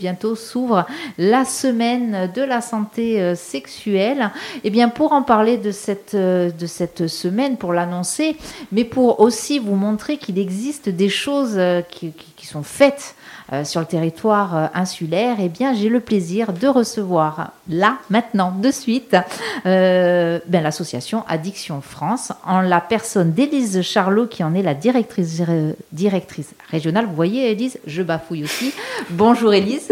Bientôt s'ouvre la semaine de la santé sexuelle. Eh bien, pour en parler de cette semaine, pour l'annoncer, mais pour aussi vous montrer qu'il existe des choses qui sont faites sur le territoire insulaire, eh bien, j'ai le plaisir de recevoir là, maintenant, de suite, l'association Addiction France, en la personne d'Élise Charlot, qui en est la directrice régionale. Vous voyez, Élise, je bafouille aussi. Bonjour Élise.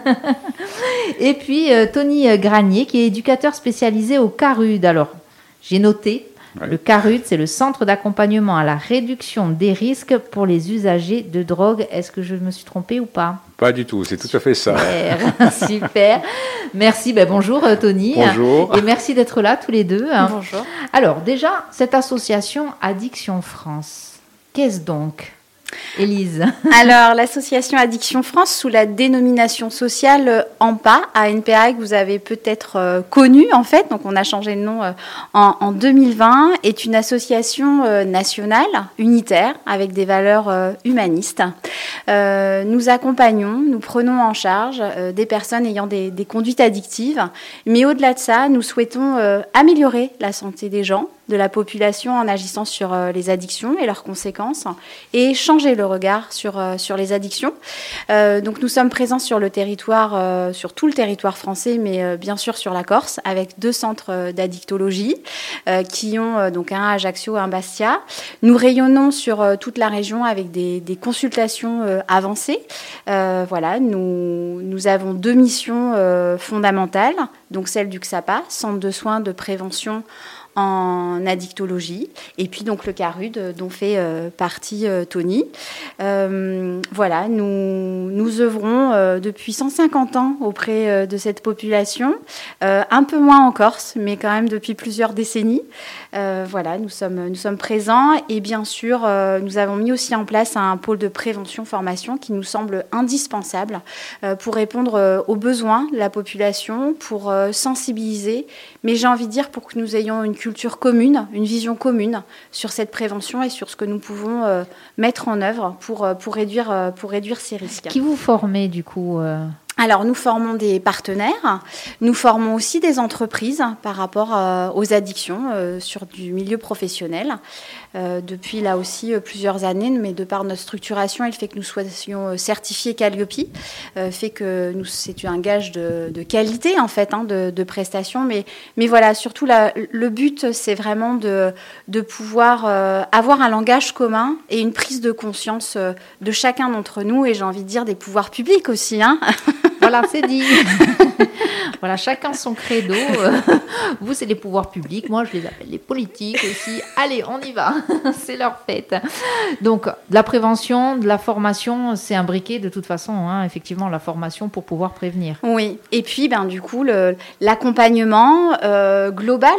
Et puis Tony Granier, qui est éducateur spécialisé au CARUD. Alors, j'ai noté. Ouais. Le CARUD, c'est le Centre d'accompagnement à la réduction des risques pour les usagers de drogue. Est-ce que je me suis trompée ou pas ? Pas du tout, c'est tout à fait ça. Super, super. Merci, bonjour Tony. Bonjour. Et merci d'être là tous les deux. Bonjour. Alors déjà, cette association Addiction France, qu'est-ce donc ? Élise. Alors, l'association Addiction France, sous la dénomination sociale ANPA, ANPA, que vous avez peut-être connue en fait, donc on a changé de nom en 2020, est une association nationale, unitaire, avec des valeurs humanistes. Nous accompagnons, nous prenons en charge des personnes ayant des conduites addictives, mais au-delà de ça, nous souhaitons améliorer la santé des gens, de la population en agissant sur les addictions et leurs conséquences et changer le regard sur les addictions. Donc nous sommes présents sur le territoire, sur tout le territoire français, mais bien sûr sur la Corse, avec 2 centres d'addictologie qui ont donc un à Ajaccio et un Bastia. Nous rayonnons sur toute la région avec des consultations avancées. Voilà, nous avons 2 missions fondamentales, donc celle du XAPA, Centre de soins de prévention en addictologie, et puis donc le CARUD dont fait partie Tony. Voilà, nous œuvrons depuis 150 ans auprès de cette population, un peu moins en Corse, mais quand même depuis plusieurs décennies. Voilà, nous sommes présents, et bien sûr, nous avons mis aussi en place un pôle de prévention-formation qui nous semble indispensable pour répondre aux besoins de la population, pour sensibiliser, mais j'ai envie de dire pour que nous ayons une culture commune, une vision commune sur cette prévention et sur ce que nous pouvons mettre en œuvre pour réduire ces risques. Qui vous formez du coup Alors, nous formons des partenaires, nous formons aussi des entreprises par rapport aux addictions sur du milieu professionnel. Depuis là aussi plusieurs années, mais de par notre structuration et le fait que nous soyons certifiés Calliope, fait que c'est un gage de qualité en fait, de prestations. Mais voilà, surtout le but, c'est vraiment de pouvoir avoir un langage commun et une prise de conscience de chacun d'entre nous, et j'ai envie de dire des pouvoirs publics aussi. Voilà, c'est dit. Voilà, chacun son credo. Vous, c'est les pouvoirs publics. Moi, je les appelle les politiques aussi. Allez, on y va. C'est leur fête. Donc, de la prévention, de la formation, c'est imbriqué de toute façon, effectivement, la formation pour pouvoir prévenir. Oui. Et puis, du coup, l'accompagnement global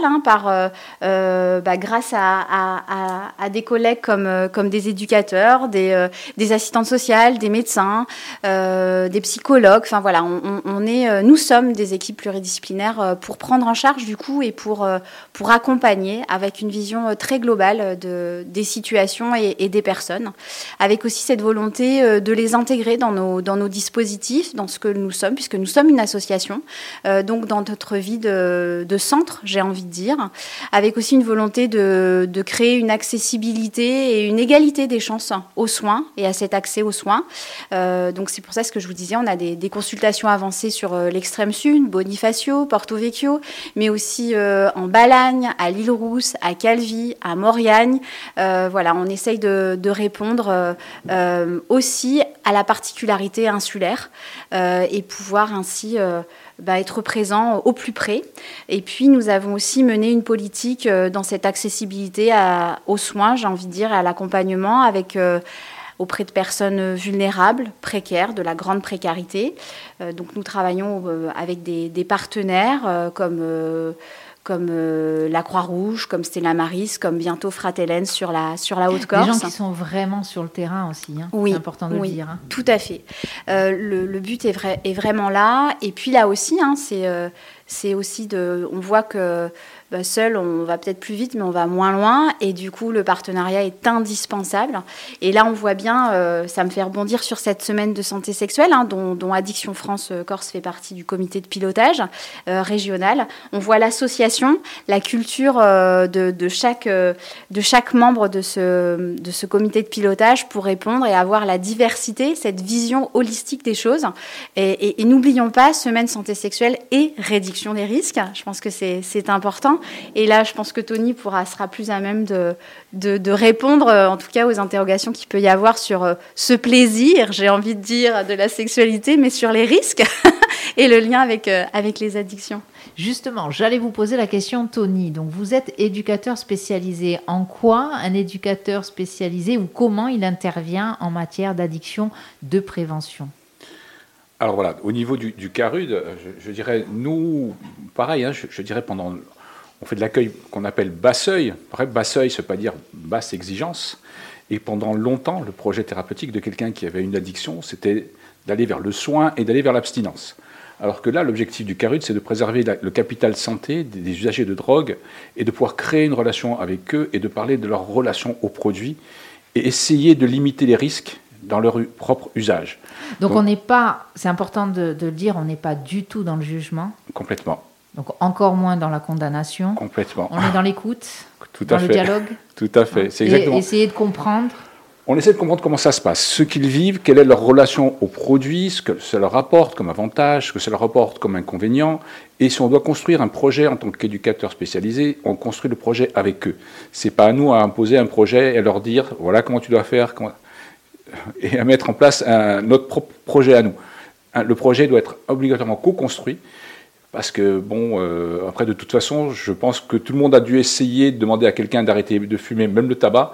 grâce à des collègues comme des éducateurs, des assistantes sociales, des médecins, des psychologues. Enfin, voilà, nous sommes des équipes pluridisciplinaires pour prendre en charge du coup et pour accompagner avec une vision très globale des situations et des personnes, avec aussi cette volonté de les intégrer dans nos dispositifs, dans ce que nous sommes, puisque nous sommes une association, donc dans notre vie de centre, j'ai envie de dire, avec aussi une volonté de créer une accessibilité et une égalité des chances aux soins et à cet accès aux soins. Donc c'est pour ça que je vous disais, on a des consultations avancées sur l'extrême sud, Bonifacio, Porto Vecchio, mais aussi en Balagne, à l'Île-Rousse, à Calvi, à Mauriagne. Voilà, on essaye de répondre aussi à la particularité insulaire et pouvoir ainsi être présent au plus près. Et puis, nous avons aussi mené une politique dans cette accessibilité aux soins, j'ai envie de dire, et à l'accompagnement avec auprès de personnes vulnérables, précaires, de la grande précarité. Donc nous travaillons avec des partenaires comme la Croix-Rouge, comme Stella Maris, comme bientôt Fratellens sur la Haute-Corse. Des gens qui sont vraiment sur le terrain aussi, oui, c'est important de le dire. Tout à fait. Le but est vraiment là. Et puis là aussi, c'est aussi on voit que seul, on va peut-être plus vite, mais on va moins loin. Et du coup, le partenariat est indispensable. Et là, on voit bien, ça me fait rebondir sur cette semaine de santé sexuelle, dont Addiction France Corse fait partie du comité de pilotage régional. On voit l'association, la culture de chaque membre de ce comité de pilotage pour répondre et avoir la diversité, cette vision holistique des choses. Et n'oublions pas, semaine santé sexuelle et réduction des risques. Je pense que c'est important. Et là, je pense que Tony sera plus à même de répondre, en tout cas, aux interrogations qu'il peut y avoir sur ce plaisir, j'ai envie de dire, de la sexualité, mais sur les risques et le lien avec les addictions. Justement, j'allais vous poser la question, Tony. Donc, vous êtes éducateur spécialisé. En quoi un éducateur spécialisé ou comment il intervient en matière d'addiction, de prévention ? Alors voilà, au niveau du CARUD, je dirais, nous, pareil, je dirais on fait de l'accueil qu'on appelle bas seuil. Après, bas seuil, ça ne veut pas dire basse exigence. Et pendant longtemps, le projet thérapeutique de quelqu'un qui avait une addiction, c'était d'aller vers le soin et d'aller vers l'abstinence. Alors que là, l'objectif du CARUD, c'est de préserver le capital santé des usagers de drogue et de pouvoir créer une relation avec eux et de parler de leur relation aux produits et essayer de limiter les risques dans leur propre usage. Donc on n'est pas, c'est important de le dire, on n'est pas du tout dans le jugement. Complètement. Donc encore moins dans la condamnation. Complètement. On est dans l'écoute, tout à dans fait. Le dialogue. Tout à fait. C'est exactement. Et essayer de comprendre. On essaie de comprendre comment ça se passe, ce qu'ils vivent, quelle est leur relation aux produits, ce que ça leur apporte comme avantage, ce que ça leur apporte comme inconvénient. Et si on doit construire un projet en tant qu'éducateur spécialisé, on construit le projet avec eux. C'est pas à nous à imposer un projet et à leur dire voilà comment tu dois faire et à mettre en place notre propre projet à nous. Le projet doit être obligatoirement co-construit. Parce que, après, de toute façon, je pense que tout le monde a dû essayer de demander à quelqu'un d'arrêter de fumer, même le tabac.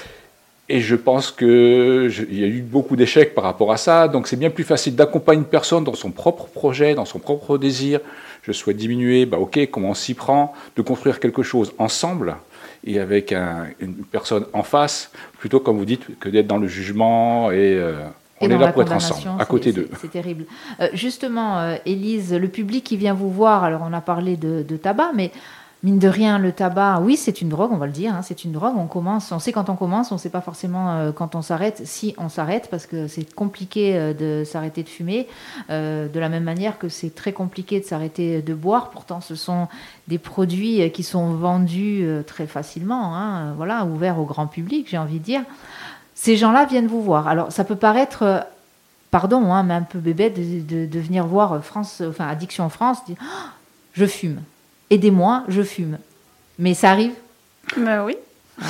Et je pense qu'il y a eu beaucoup d'échecs par rapport à ça. Donc, c'est bien plus facile d'accompagner une personne dans son propre projet, dans son propre désir. Je souhaite diminuer, OK, comment on s'y prend, de construire quelque chose ensemble et avec une personne en face, plutôt, comme vous dites, que d'être dans le jugement et on est là pour être ensemble, à côté d'eux. C'est terrible. Justement, Élise, le public qui vient vous voir, alors on a parlé de tabac, mais mine de rien, le tabac, oui, c'est une drogue, on va le dire, c'est une drogue. On sait quand on commence, on ne sait pas forcément quand on s'arrête, si on s'arrête, parce que c'est compliqué de s'arrêter de fumer, de la même manière que c'est très compliqué de s'arrêter de boire. Pourtant, ce sont des produits qui sont vendus très facilement, voilà, ouverts au grand public, j'ai envie de dire. Ces gens-là viennent vous voir. Alors, ça peut paraître, mais un peu bébête de venir voir Addiction France, dire je fume, aidez-moi, je fume. Mais ça arrive. Ben oui.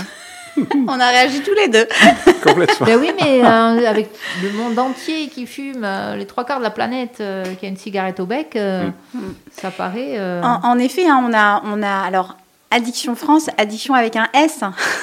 On a réagi tous les deux. Complètement. Ben oui, mais avec le monde entier qui fume, les 3/4 de la planète qui a une cigarette au bec, ça paraît. En effet, on a alors Addiction France, addiction avec un S.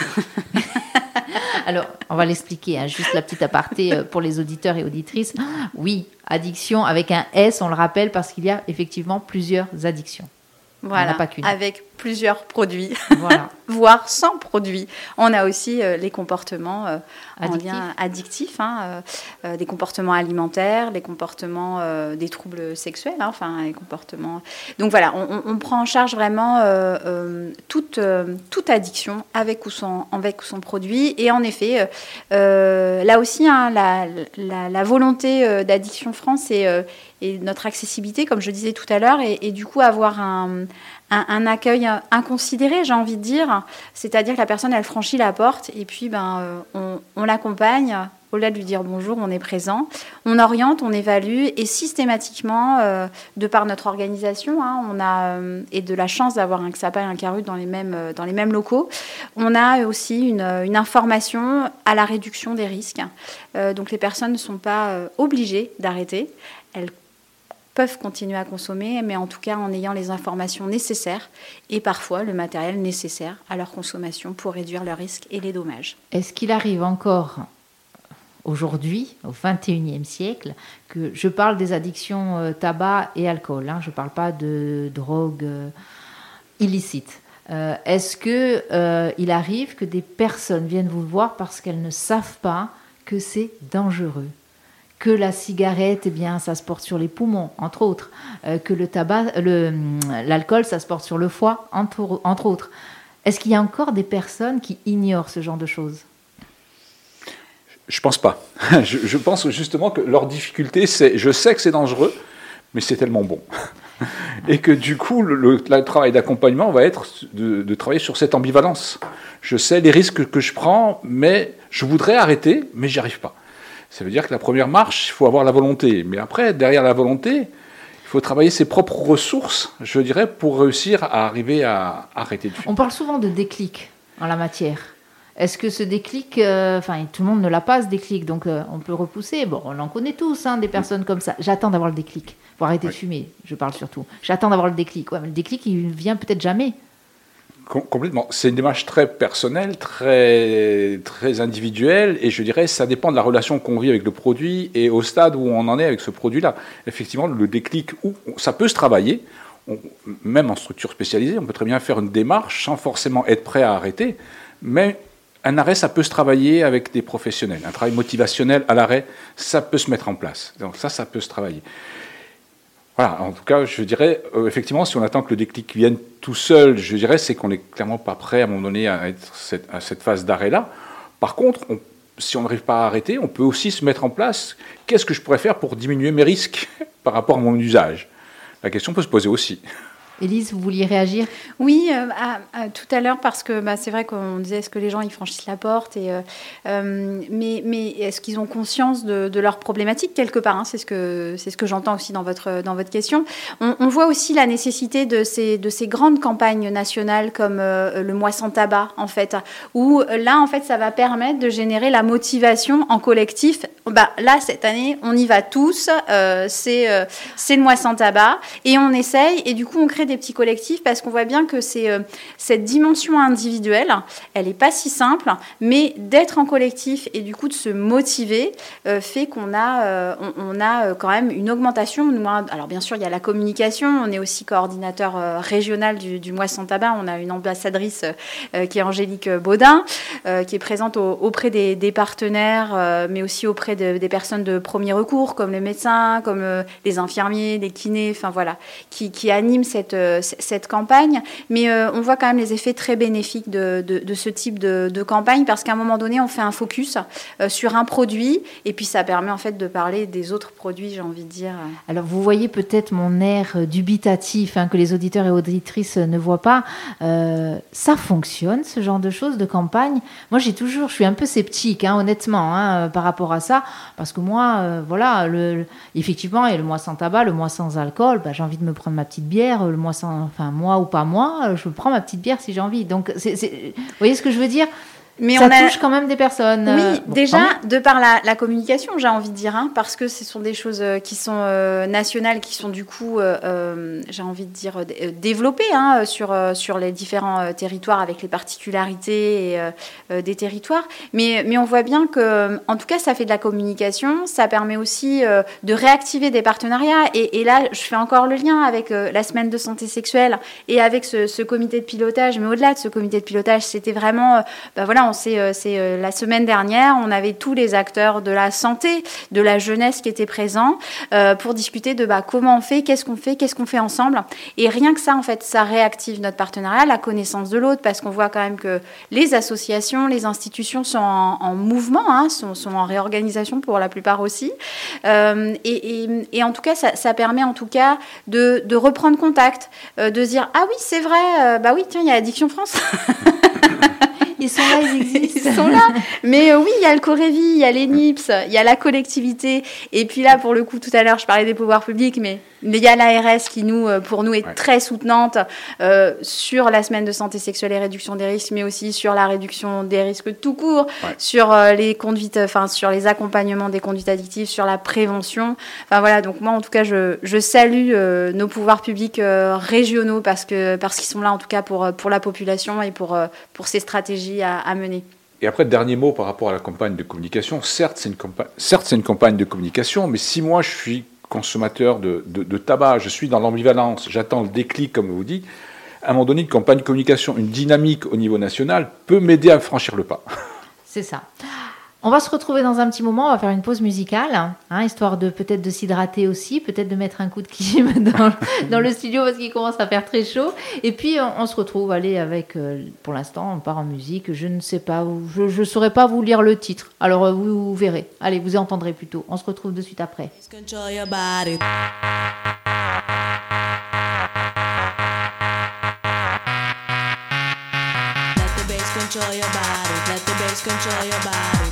Alors, on va l'expliquer, juste la petite aparté pour les auditeurs et auditrices. Oui, addiction avec un S, on le rappelle, parce qu'il y a effectivement plusieurs addictions. Voilà, pas qu'une. avec plusieurs produits, voilà. voire sans produits. On a aussi les comportements addictifs, des comportements alimentaires, des comportements, des troubles sexuels, les comportements. Donc voilà, on prend en charge vraiment toute addiction avec ou sans produit. Et en effet, là aussi, la volonté d'Addiction France et notre accessibilité, comme je disais tout à l'heure, et du coup avoir un accueil inconsidéré, j'ai envie de dire. C'est-à-dire que la personne, elle franchit la porte et puis on l'accompagne. Au-delà de lui dire bonjour, on est présent. On oriente, on évalue et systématiquement, de par notre organisation, on a et de la chance d'avoir un XAPA et un CARUD dans les mêmes locaux, on a aussi une information à la réduction des risques. Donc les personnes ne sont pas obligées d'arrêter. Elles peuvent continuer à consommer, mais en tout cas en ayant les informations nécessaires et parfois le matériel nécessaire à leur consommation pour réduire leurs risques et les dommages. Est-ce qu'il arrive encore aujourd'hui, au XXIe siècle, que je parle des addictions tabac et alcool, je ne parle pas de drogue illicite. Est-ce qu'il arrive que des personnes viennent vous voir parce qu'elles ne savent pas que c'est dangereux, que la cigarette, eh bien, ça se porte sur les poumons, entre autres, que le tabac, l'alcool, ça se porte sur le foie, entre autres. Est-ce qu'il y a encore des personnes qui ignorent ce genre de choses ? Je pense pas. Je pense justement que leur difficulté, c'est, je sais que c'est dangereux, mais c'est tellement bon. Et que du coup, le travail d'accompagnement va être de travailler sur cette ambivalence. Je sais les risques que je prends, mais je voudrais arrêter, mais j'y arrive pas. Ça veut dire que la première marche, il faut avoir la volonté. Mais après, derrière la volonté, il faut travailler ses propres ressources, je dirais, pour réussir à arriver à arrêter de fumer. On parle souvent de déclic en la matière. Est-ce que ce déclic, tout le monde ne l'a pas, ce déclic, donc on peut repousser. Bon, on en connaît tous, des personnes comme ça. J'attends d'avoir le déclic pour arrêter de fumer, je parle surtout. J'attends d'avoir le déclic. Ouais, mais le déclic, il vient peut-être jamais. Complètement. C'est une démarche très personnelle, très, très individuelle, et je dirais ça dépend de la relation qu'on vit avec le produit et au stade où on en est avec ce produit-là. Effectivement, le déclic, ça peut se travailler, même en structure spécialisée, on peut très bien faire une démarche sans forcément être prêt à arrêter, mais un arrêt, ça peut se travailler avec des professionnels. Un travail motivationnel à l'arrêt, ça peut se mettre en place. Donc ça peut se travailler. Voilà, en tout cas, je dirais, effectivement, si on attend que le déclic vienne tout seul, je dirais, c'est qu'on n'est clairement pas prêt à un moment donné à être à cette phase d'arrêt-là. Par contre, si on n'arrive pas à arrêter, on peut aussi se mettre en place, qu'est-ce que je pourrais faire pour diminuer mes risques par rapport à mon usage ? La question peut se poser aussi. Élise, vous vouliez réagir ? Oui, tout à l'heure, parce que c'est vrai qu'on disait, est-ce que les gens ils franchissent la porte mais est-ce qu'ils ont conscience de leurs problématiques quelque part, c'est ce que j'entends aussi dans votre question. On voit aussi la nécessité de ces grandes campagnes nationales comme le Mois sans tabac, en fait, où là, en fait, ça va permettre de générer la motivation en collectif. Là, cette année, on y va tous, c'est le Mois sans tabac, et on essaye, et du coup, on crée des petits collectifs parce qu'on voit bien que cette dimension individuelle, elle n'est pas si simple, mais d'être en collectif et du coup de se motiver fait qu'on a quand même une augmentation. Alors bien sûr, il y a la communication, on est aussi coordinateur régional du Mois sans tabac, on a une ambassadrice qui est Angélique Baudin, qui est présente auprès des partenaires, mais aussi auprès des personnes de premier recours, comme les médecins, comme les infirmiers, les kinés, enfin voilà, qui animent cette campagne, mais on voit quand même les effets très bénéfiques de ce type de campagne, parce qu'à un moment donné, on fait un focus sur un produit, et puis ça permet en fait de parler des autres produits, j'ai envie de dire. Alors vous voyez peut-être mon air dubitatif, que les auditeurs et auditrices ne voient pas. Ça fonctionne, ce genre de choses, de campagne. Moi, je suis un peu sceptique, honnêtement, par rapport à ça, parce que moi, effectivement, il y a le Mois sans tabac, le Mois sans alcool, j'ai envie de me prendre ma petite bière, le Mois sans, moi ou pas moi, je prends ma petite bière si j'ai envie. Donc, vous voyez ce que je veux dire ? Mais ça touche quand même des personnes. Oui, déjà, de par la communication, j'ai envie de dire, parce que ce sont des choses qui sont nationales, qui sont du coup, j'ai envie de dire, développées sur les différents territoires avec les particularités des territoires. Mais on voit bien que, en tout cas, ça fait de la communication, ça permet aussi de réactiver des partenariats. Et là, je fais encore le lien avec la semaine de santé sexuelle et avec ce comité de pilotage. Mais au-delà de ce comité de pilotage, c'était vraiment, c'est la semaine dernière, on avait tous les acteurs de la santé, de la jeunesse qui étaient présents pour discuter de comment on fait, qu'est-ce qu'on fait ensemble. Et rien que ça, en fait, ça réactive notre partenariat, la connaissance de l'autre, parce qu'on voit quand même que les associations, les institutions sont en mouvement, sont en réorganisation pour la plupart aussi. Et en tout cas, ça permet en tout cas de reprendre contact, de se dire « Ah oui, c'est vrai, oui, tiens, il y a Addiction France ». Ils sont là, ils existent. Ils sont là. Mais oui, il y a le Corévi, il y a les NIPS, il y a la collectivité. Et puis là, pour le coup, tout à l'heure, je parlais des pouvoirs publics, mais il y a l'ARS qui, pour nous, est très soutenante sur la semaine de santé sexuelle et réduction des risques, mais aussi sur la réduction des risques tout court, sur les conduites, sur les accompagnements des conduites addictives, sur la prévention. Enfin voilà, donc moi, en tout cas, je salue nos pouvoirs publics régionaux parce qu'ils sont là, en tout cas, pour la population et pour ces stratégies à mener. Et après, dernier mot par rapport à la campagne de communication. Certes, c'est une campagne de communication, mais si moi, je suis consommateur de tabac, je suis dans l'ambivalence, j'attends le déclic, comme vous dites, à un moment donné, une campagne de communication, une dynamique au niveau national peut m'aider à franchir le pas. C'est ça. On va se retrouver dans un petit moment, on va faire une pause musicale, histoire de peut-être de s'hydrater aussi, peut-être de mettre un coup de clim dans le studio parce qu'il commence à faire très chaud. Et puis on se retrouve, avec, pour l'instant, on part en musique, je ne sais pas, je ne saurais pas vous lire le titre. Alors vous verrez, allez, vous entendrez plutôt. On se retrouve de suite après. Control your body, let the bass control your body.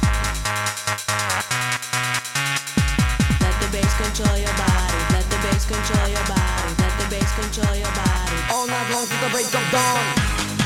Let the bass control your body, let the bass control your body, let the bass control your body. All night long to the break of dawn.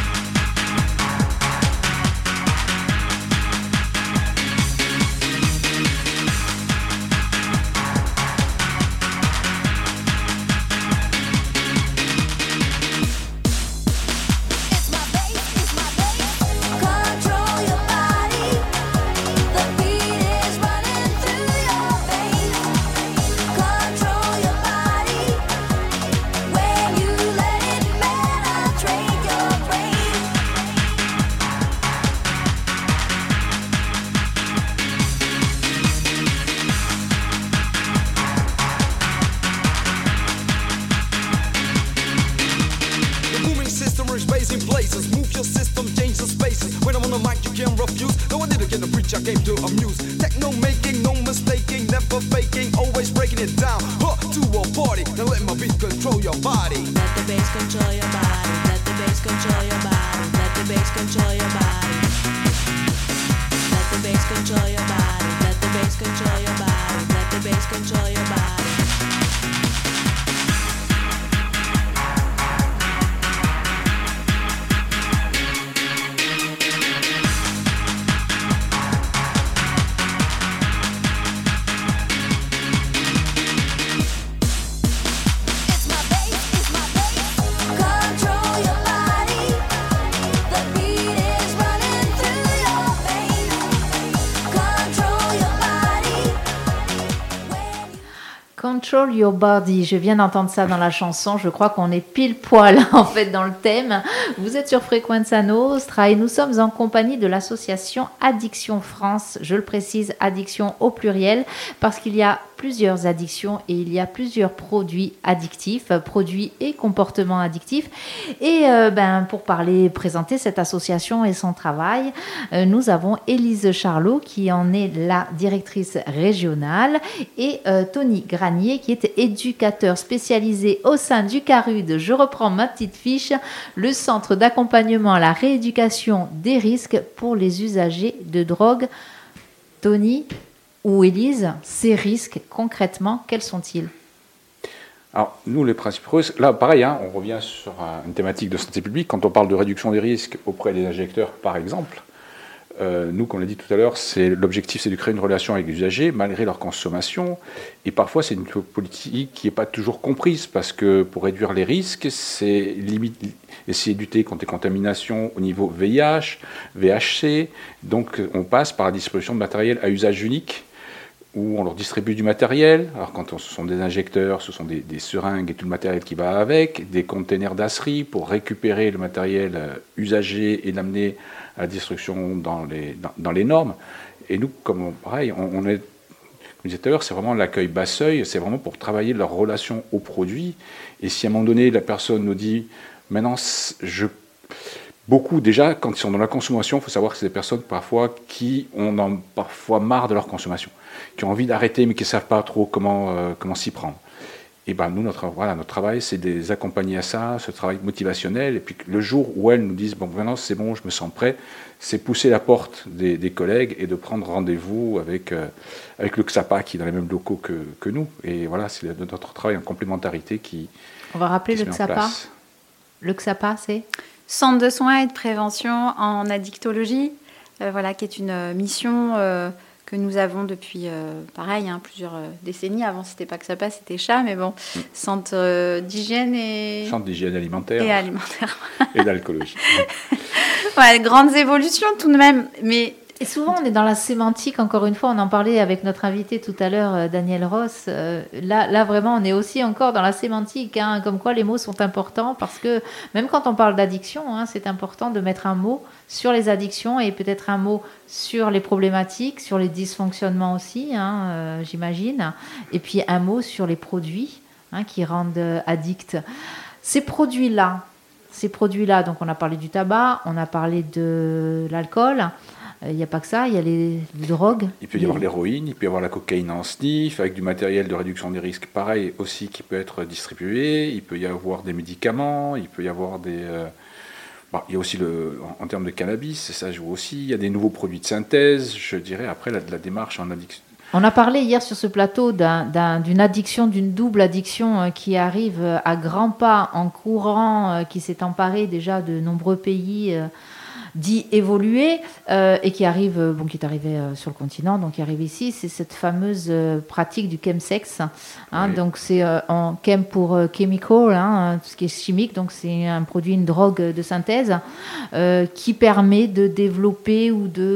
I came to amuse. Techno making, no mistaking, never faking, always breaking it down. To a party, now let my beat control your body. Let the bass control your body. Let the bass control your body. Let the bass control your body. Let the bass control your body. Let the bass control your body. Let the bass control your body. Control Your Body, je viens d'entendre ça dans la chanson, je crois qu'on est pile poil en fait dans le thème. Vous êtes sur Frequenza Nostra et nous sommes en compagnie de l'association Addiction France, je le précise, addiction au pluriel, parce qu'il y a plusieurs addictions et il y a plusieurs produits addictifs, produits et comportements addictifs. Et pour présenter cette association et son travail, nous avons Élise Charlot qui en est la directrice régionale et Tony Granier qui est éducateur spécialisé au sein du CARUD. Je reprends ma petite fiche, le centre d'accompagnement à la rééducation des risques pour les usagers de drogue. Tony ou Élise, ces risques, concrètement, quels sont-ils ? Alors, nous, les principaux risques, là, pareil, on revient sur une thématique de santé publique. Quand on parle de réduction des risques auprès des injecteurs, par exemple, nous, comme on l'a dit tout à l'heure, l'objectif, c'est de créer une relation avec les usagers, malgré leur consommation. Et parfois, c'est une politique qui n'est pas toujours comprise, parce que pour réduire les risques, c'est essayer de lutter contre les contaminations au niveau VIH, VHC. Donc, on passe par la distribution de matériel à usage unique, où on leur distribue du matériel. Alors quand ce sont des injecteurs, ce sont des seringues et tout le matériel qui va avec, des containers d'acerie pour récupérer le matériel usagé et l'amener à la destruction dans les normes. Et nous, pareil, on est, comme je disais tout à l'heure, c'est vraiment l'accueil bas seuil, c'est vraiment pour travailler leur relation au produit. Et si à un moment donné, la personne nous dit, maintenant, beaucoup, déjà, quand ils sont dans la consommation, il faut savoir que c'est des personnes parfois qui ont parfois marre de leur consommation, qui ont envie d'arrêter mais qui ne savent pas trop comment s'y prendre. Et nous, notre travail, c'est de les accompagner à ça, ce travail motivationnel. Et puis le jour où elles nous disent, maintenant c'est bon, je me sens prêt, c'est pousser la porte des collègues et de prendre rendez-vous avec le XAPA qui est dans les mêmes locaux que nous. Et voilà, c'est notre travail en complémentarité qui. On va rappeler le XAPA. Le XAPA, c'est Centre de soins et de prévention en addictologie, qui est une mission que nous avons depuis, plusieurs décennies. Avant, c'était pas XAPA, c'était CHA, mais bon, centre d'hygiène et... Centre d'hygiène alimentaire. Et alimentaire. Et d'alcoolologie. Grandes évolutions tout de même, mais Et souvent, on est dans la sémantique, encore une fois, on en parlait avec notre invité tout à l'heure, Daniel Ross. Là, vraiment, on est aussi encore dans la sémantique, hein, comme quoi les mots sont importants, parce que même quand on parle d'addiction, hein, c'est important de mettre un mot sur les addictions et peut-être un mot sur les problématiques, sur les dysfonctionnements aussi, hein, j'imagine, et puis un mot sur les produits hein, qui rendent addicts. Ces produits-là, donc on a parlé du tabac, on a parlé de l'alcool. Il n'y a pas que ça, il y a les drogues. Il peut y avoir l'héroïne, il peut y avoir la cocaïne en sniff, avec du matériel de réduction des risques, pareil aussi, qui peut être distribué. Il peut y avoir des médicaments, il peut y avoir des... il y a aussi, en termes de cannabis, ça joue aussi. Il y a des nouveaux produits de synthèse, je dirais, après la démarche en addiction. On a parlé hier sur ce plateau d'une addiction, d'une double addiction qui arrive à grands pas en courant, qui s'est emparée déjà de nombreux pays dits évolués et qui est arrivé sur le continent, donc qui arrive ici, c'est cette fameuse pratique du chemsex. Hein, oui. Donc c'est en chem pour chemical, hein, tout ce qui est chimique, donc c'est un produit, une drogue de synthèse qui permet de développer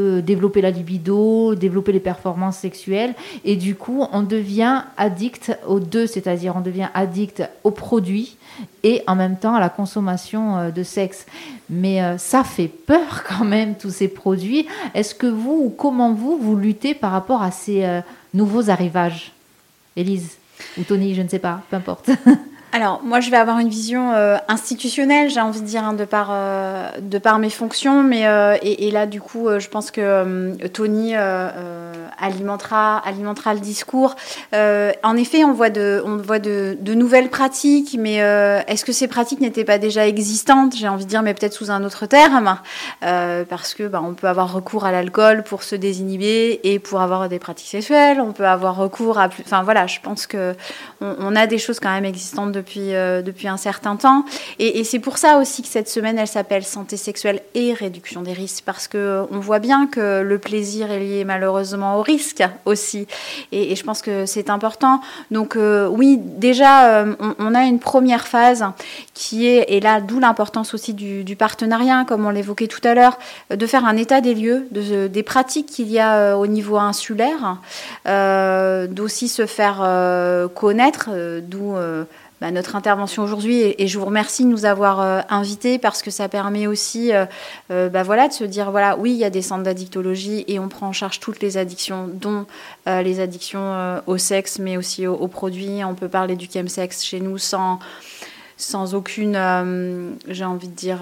la libido, développer les performances sexuelles, et du coup on devient addict aux deux, c'est-à-dire on devient addict aux produits et en même temps à la consommation de sexe. Mais ça fait peur quand même, tous ces produits. Est-ce que comment vous luttez par rapport à ces nouveaux arrivages? Élise ou Tony, je ne sais pas, peu importe. Alors, moi, je vais avoir une vision institutionnelle, j'ai envie de dire, hein, de par mes fonctions. Mais, et là, du coup, je pense que Tony alimentera le discours. En effet, on voit de nouvelles pratiques, mais est-ce que ces pratiques n'étaient pas déjà existantes? J'ai envie de dire, mais peut-être sous un autre terme, parce que on peut avoir recours à l'alcool pour se désinhiber et pour avoir des pratiques sexuelles. On peut avoir recours à... Enfin, voilà, je pense qu'on a des choses quand même existantes depuis un certain temps. Et c'est pour ça aussi que cette semaine, elle s'appelle Santé sexuelle et réduction des risques, parce qu'on voit bien que le plaisir est lié malheureusement au risque aussi. Et je pense que c'est important. Donc oui, déjà, on a une première phase qui est, et là, d'où l'importance aussi du partenariat, comme on l'évoquait tout à l'heure, de faire un état des lieux, des pratiques qu'il y a au niveau insulaire, d'aussi se faire connaître, d'où... notre intervention aujourd'hui, et je vous remercie de nous avoir invités, parce que ça permet aussi de se dire, oui, il y a des centres d'addictologie et on prend en charge toutes les addictions, dont les addictions au sexe, mais aussi aux produits. On peut parler du chemsex chez nous sans aucune, j'ai envie de dire...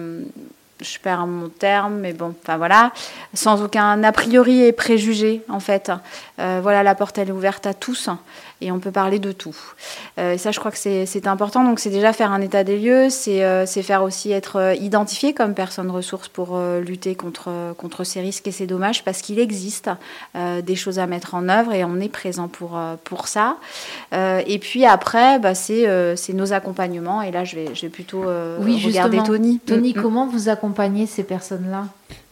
je perds mon terme, mais bon, sans aucun a priori et préjugé, en fait. La porte, elle est ouverte à tous, et on peut parler de tout. Et ça, je crois que c'est important. Donc, c'est déjà faire un état des lieux, c'est faire aussi être identifié comme personne ressource pour lutter contre ces risques et ces dommages, parce qu'il existe des choses à mettre en œuvre, et on est présent pour ça. Et puis après, c'est nos accompagnements, et là, je vais plutôt regarder Tony. Tony, comment vous accompagnez ces personnes-là?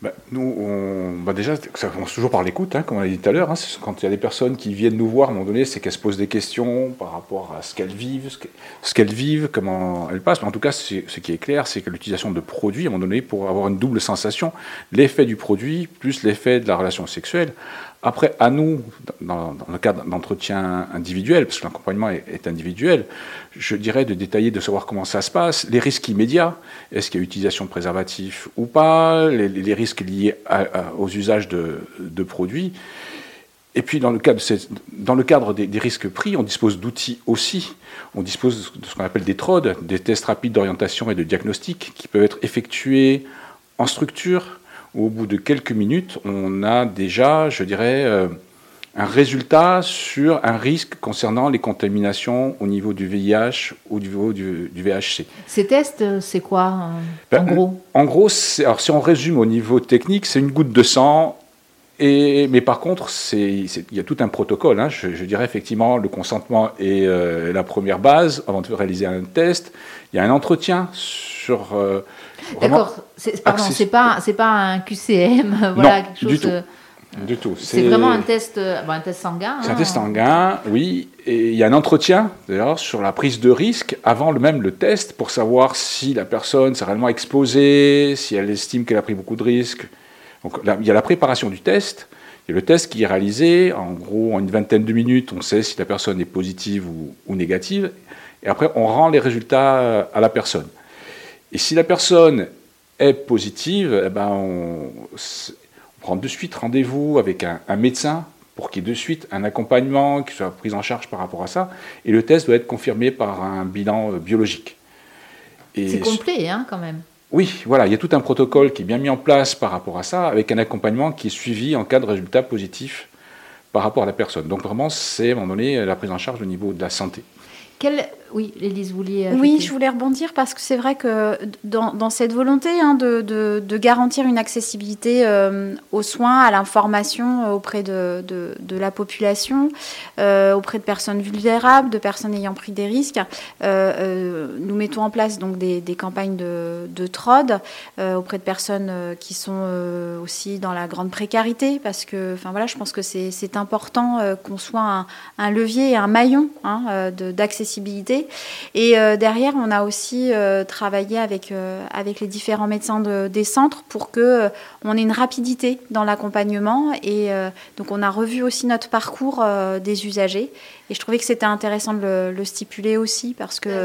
Nous, déjà, ça commence toujours par l'écoute, hein, comme on l'a dit tout à l'heure. Hein, quand il y a des personnes qui viennent nous voir, à un moment donné, c'est qu'elles se posent des questions par rapport à ce qu'elles vivent, comment elles passent. Mais en tout cas, ce qui est clair, c'est que l'utilisation de produits, à un moment donné, pour avoir une double sensation, l'effet du produit plus l'effet de la relation sexuelle. Après, à nous, dans le cadre d'entretien individuel, parce que l'accompagnement est individuel, je dirais de détailler, de savoir comment ça se passe, les risques immédiats, est-ce qu'il y a utilisation de préservatifs ou pas, les risques liés aux usages de produits. Et puis, dans le cadre des risques pris, on dispose d'outils aussi. On dispose de ce qu'on appelle des TROD, des tests rapides d'orientation et de diagnostic, qui peuvent être effectués en structure. Au bout de quelques minutes, on a déjà, je dirais, un résultat sur un risque concernant les contaminations au niveau du VIH ou au niveau du VHC. Ces tests, c'est quoi, en gros? En gros, alors si on résume au niveau technique, c'est une goutte de sang. Mais par contre, il y a tout un protocole. Hein. Je dirais effectivement, le consentement est la première base avant de réaliser un test. Il y a un entretien sur... D'accord. C'est pas un QCM, voilà, non, quelque chose du tout. C'est vraiment un test sanguin. C'est un test sanguin, oui. Et il y a un entretien, d'ailleurs, sur la prise de risque avant même le test, pour savoir si la personne s'est réellement exposée, si elle estime qu'elle a pris beaucoup de risques. Donc là, il y a la préparation du test, il y a le test qui est réalisé, en gros, en une vingtaine de minutes, on sait si la personne est positive ou négative, et après, on rend les résultats à la personne. Et si la personne est positive, eh ben on prend de suite rendez-vous avec un médecin pour qu'il y ait de suite un accompagnement, qui soit pris en charge par rapport à ça, et le test doit être confirmé par un bilan biologique. Et c'est complet, hein, quand même. Oui, voilà, il y a tout un protocole qui est bien mis en place par rapport à ça, avec un accompagnement qui est suivi en cas de résultat positif par rapport à la personne. Donc vraiment, c'est à un moment donné la prise en charge au niveau de la santé. Oui, Élise, vous vouliez ajouter? Oui, je voulais rebondir parce que c'est vrai que dans cette volonté de garantir une accessibilité aux soins, à l'information auprès de la population, auprès de personnes vulnérables, de personnes ayant pris des risques, nous mettons en place donc des campagnes de TROD auprès de personnes qui sont aussi dans la grande précarité, parce que voilà, je pense que c'est important qu'on soit un levier et un maillon d'accessibilité. Et derrière, on a aussi travaillé avec les différents médecins des centres pour qu'on ait une rapidité dans l'accompagnement. Et donc, on a revu aussi notre parcours des usagers. Et je trouvais que c'était intéressant de le stipuler aussi parce que...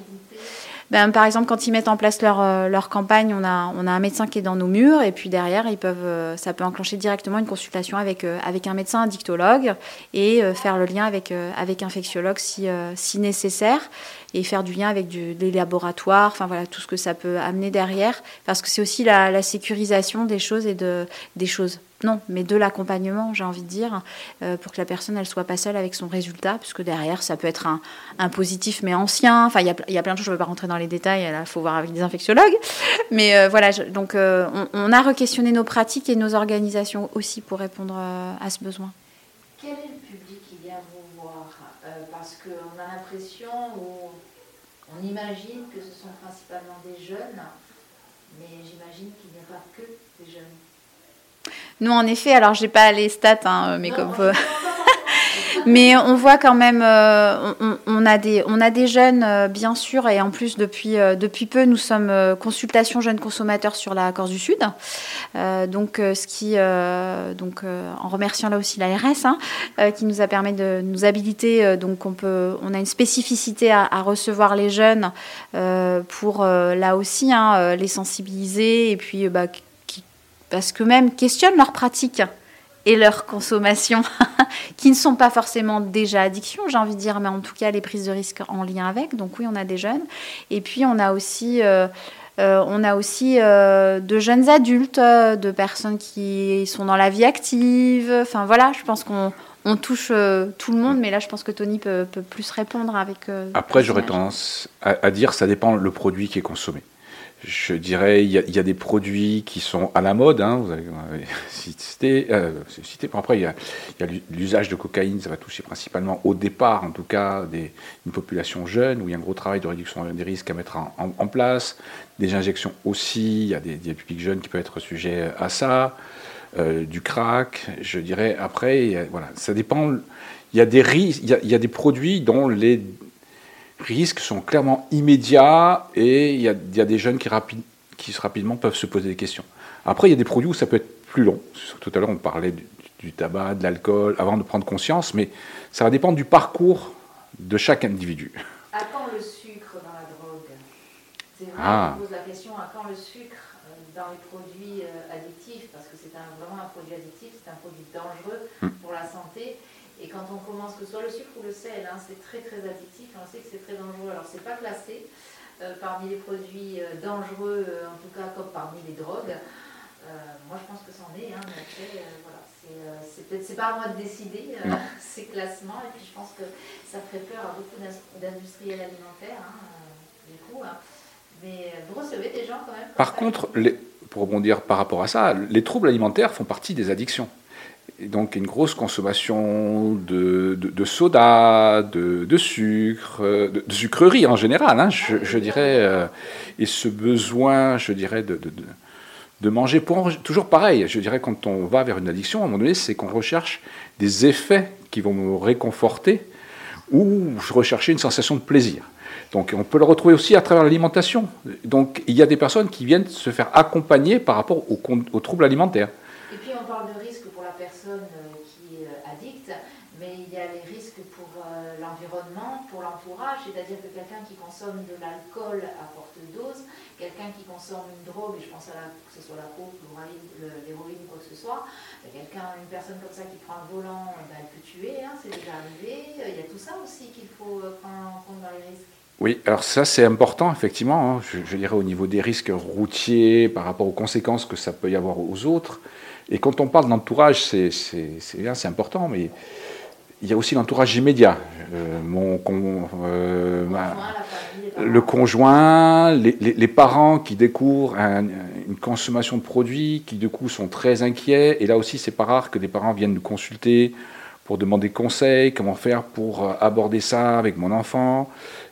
par exemple, quand ils mettent en place leur campagne, on a un médecin qui est dans nos murs et puis derrière, ça peut enclencher directement une consultation avec un médecin addictologue et faire le lien avec infectiologue si nécessaire et faire du lien avec des laboratoires, enfin voilà, tout ce que ça peut amener derrière, parce que c'est aussi la sécurisation des choses et des choses. Non, mais de l'accompagnement, j'ai envie de dire, pour que la personne elle soit pas seule avec son résultat, puisque derrière, ça peut être un positif mais ancien. Enfin, il y a plein de choses, je ne veux pas rentrer dans les détails, là, il faut voir avec des infectiologues. Mais voilà, donc on a re-questionné nos pratiques et nos organisations aussi pour répondre à ce besoin. Quel est le public qui vient vous voir? Parce qu'on a l'impression, on imagine que ce sont principalement des jeunes, mais j'imagine qu'il n'y a pas que des jeunes. Nous, en effet, alors j'ai pas les stats, mais comme mais on voit quand même, on a des jeunes, bien sûr, et en plus depuis peu, nous sommes consultation jeunes consommateurs sur la Corse du Sud. Donc en remerciant là aussi l'ARS, qui nous a permis de nous habiliter. Donc on a une spécificité à recevoir les jeunes pour là aussi les sensibiliser et puis parce qu'eux-mêmes questionnent leurs pratiques et leur consommation, qui ne sont pas forcément déjà addictions, j'ai envie de dire, mais en tout cas les prises de risques en lien avec. Donc oui, on a des jeunes. Et puis on a aussi de jeunes adultes, de personnes qui sont dans la vie active. Enfin voilà, je pense qu'on touche tout le monde, mais là je pense que Tony peut plus répondre avec... Après, j'aurais tendance à dire ça dépend le produit qui est consommé. Je dirais, il y a des produits qui sont à la mode, vous avez cité. Bon, après, il y a l'usage de cocaïne, ça va toucher principalement, au départ, en tout cas, une population jeune, où il y a un gros travail de réduction des risques à mettre en place. Des injections aussi, il y a des publics jeunes qui peuvent être sujets à ça. Du crack, je dirais. Après, voilà, ça dépend. Il y a des risques, il y a des produits dont les risques sont clairement immédiats et il y a des jeunes qui rapidement peuvent se poser des questions. Après, il y a des produits où ça peut être plus long. Tout à l'heure, on parlait du tabac, de l'alcool, avant de prendre conscience, mais ça va dépendre du parcours de chaque individu. À quand le sucre dans la drogue? C'est vrai qu'on pose la question, à quand le sucre dans les produits addictifs? Parce que c'est vraiment un produit addictif, c'est un produit dangereux pour la santé. Et quand on commence, que ce soit le sucre ou le sel, c'est très très addictif, on sait que c'est très dangereux. Alors c'est pas classé parmi les produits dangereux, en tout cas comme parmi les drogues. Moi je pense que c'en est, mais après, voilà, c'est pas à moi de décider ces classements. Et puis je pense que ça ferait peur à beaucoup d'industriels alimentaires, du coup. Mais vous recevez des gens quand même. Par contre, pour rebondir par rapport à ça, les troubles alimentaires font partie des addictions. Et donc une grosse consommation de soda, de sucre, de sucreries en général, je dirais, et ce besoin, je dirais, de manger toujours pareil. Je dirais, quand on va vers une addiction, à un moment donné, c'est qu'on recherche des effets qui vont nous réconforter ou rechercher une sensation de plaisir. Donc on peut le retrouver aussi à travers l'alimentation. Donc il y a des personnes qui viennent se faire accompagner par rapport aux troubles alimentaires. parle de risque pour la personne qui est addicte, mais il y a les risques pour l'environnement, pour l'entourage, c'est-à-dire que quelqu'un qui consomme de l'alcool à forte dose, quelqu'un qui consomme une drogue, et je pense que ce soit la coke, l'héroïne ou quoi que ce soit, une personne comme ça qui prend le volant, elle peut tuer, c'est déjà arrivé. Il y a tout ça aussi qu'il faut prendre en compte dans les risques. Oui, alors ça c'est important effectivement, je dirais au niveau des risques routiers par rapport aux conséquences que ça peut y avoir aux autres. Et quand on parle d'entourage, c'est bien, c'est important, mais il y a aussi l'entourage immédiat. Le conjoint, les parents qui découvrent une consommation de produits, qui du coup sont très inquiets. Et là aussi, c'est pas rare que des parents viennent nous consulter pour demander conseil, comment faire pour aborder ça avec mon enfant.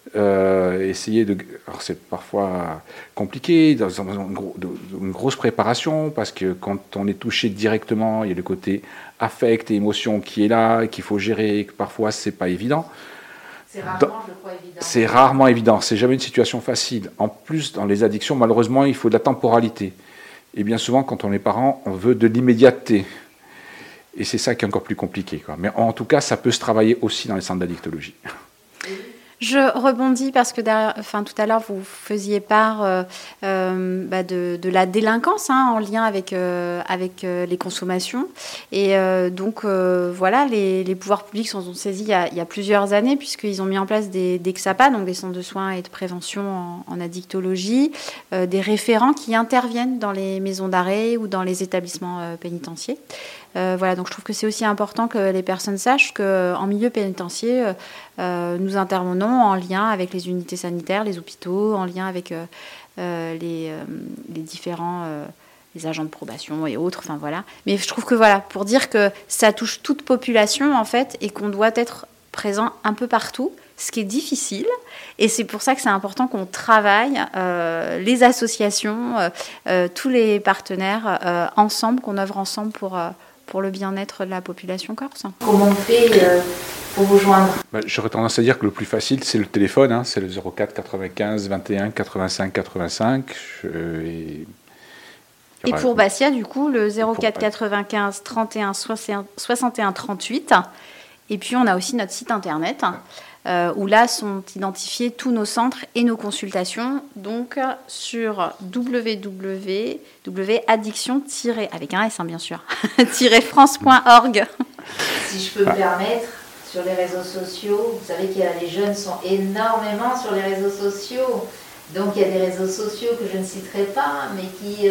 Alors c'est parfois compliqué, dans une grosse préparation, parce que quand on est touché directement, il y a le côté affect et émotion qui est là, qu'il faut gérer, et que parfois c'est pas évident. C'est rarement, je crois, évident. C'est rarement évident, c'est jamais une situation facile. En plus, dans les addictions, malheureusement, il faut de la temporalité. Et bien souvent, quand on est parent, on veut de l'immédiateté. Et c'est ça qui est encore plus compliqué, quoi. Mais en tout cas, ça peut se travailler aussi dans les centres d'addictologie. Je rebondis parce que tout à l'heure, vous faisiez part de la délinquance en lien avec les consommations. Et donc, les pouvoirs publics s'en sont saisis il y a plusieurs années, puisqu'ils ont mis en place des CSAPA, donc des centres de soins et de prévention en addictologie, des référents qui interviennent dans les maisons d'arrêt ou dans les établissements pénitentiaires. Donc je trouve que c'est aussi important que les personnes sachent qu'en milieu pénitentiaire, nous intervenons en lien avec les unités sanitaires, les hôpitaux, en lien avec les différents les agents de probation et autres. Mais je trouve que pour dire que ça touche toute population en fait et qu'on doit être présent un peu partout, ce qui est difficile. Et c'est pour ça que c'est important qu'on travaille, les associations, tous les partenaires ensemble, qu'on œuvre ensemble pour le bien-être de la population corse. Comment on fait pour vous joindre ? J'aurais tendance à dire que le plus facile, c'est le téléphone, c'est le 04 95 21 85 85. Et pour Bastia, du coup, le 04 95 31 61 38. Et puis, on a aussi notre site internet, où là sont identifiés tous nos centres et nos consultations, donc sur www.addiction- avec un S bien sûr, -france.org. Si je peux me permettre, sur les réseaux sociaux, vous savez que les jeunes sont énormément sur les réseaux sociaux. Donc il y a des réseaux sociaux que je ne citerai pas, mais qui,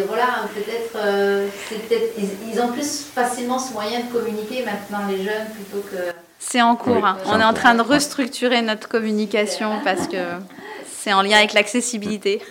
ils ont plus facilement ce moyen de communiquer maintenant, les jeunes, plutôt que... C'est en cours. Oui, on est en train de restructurer notre communication parce que c'est en lien avec l'accessibilité.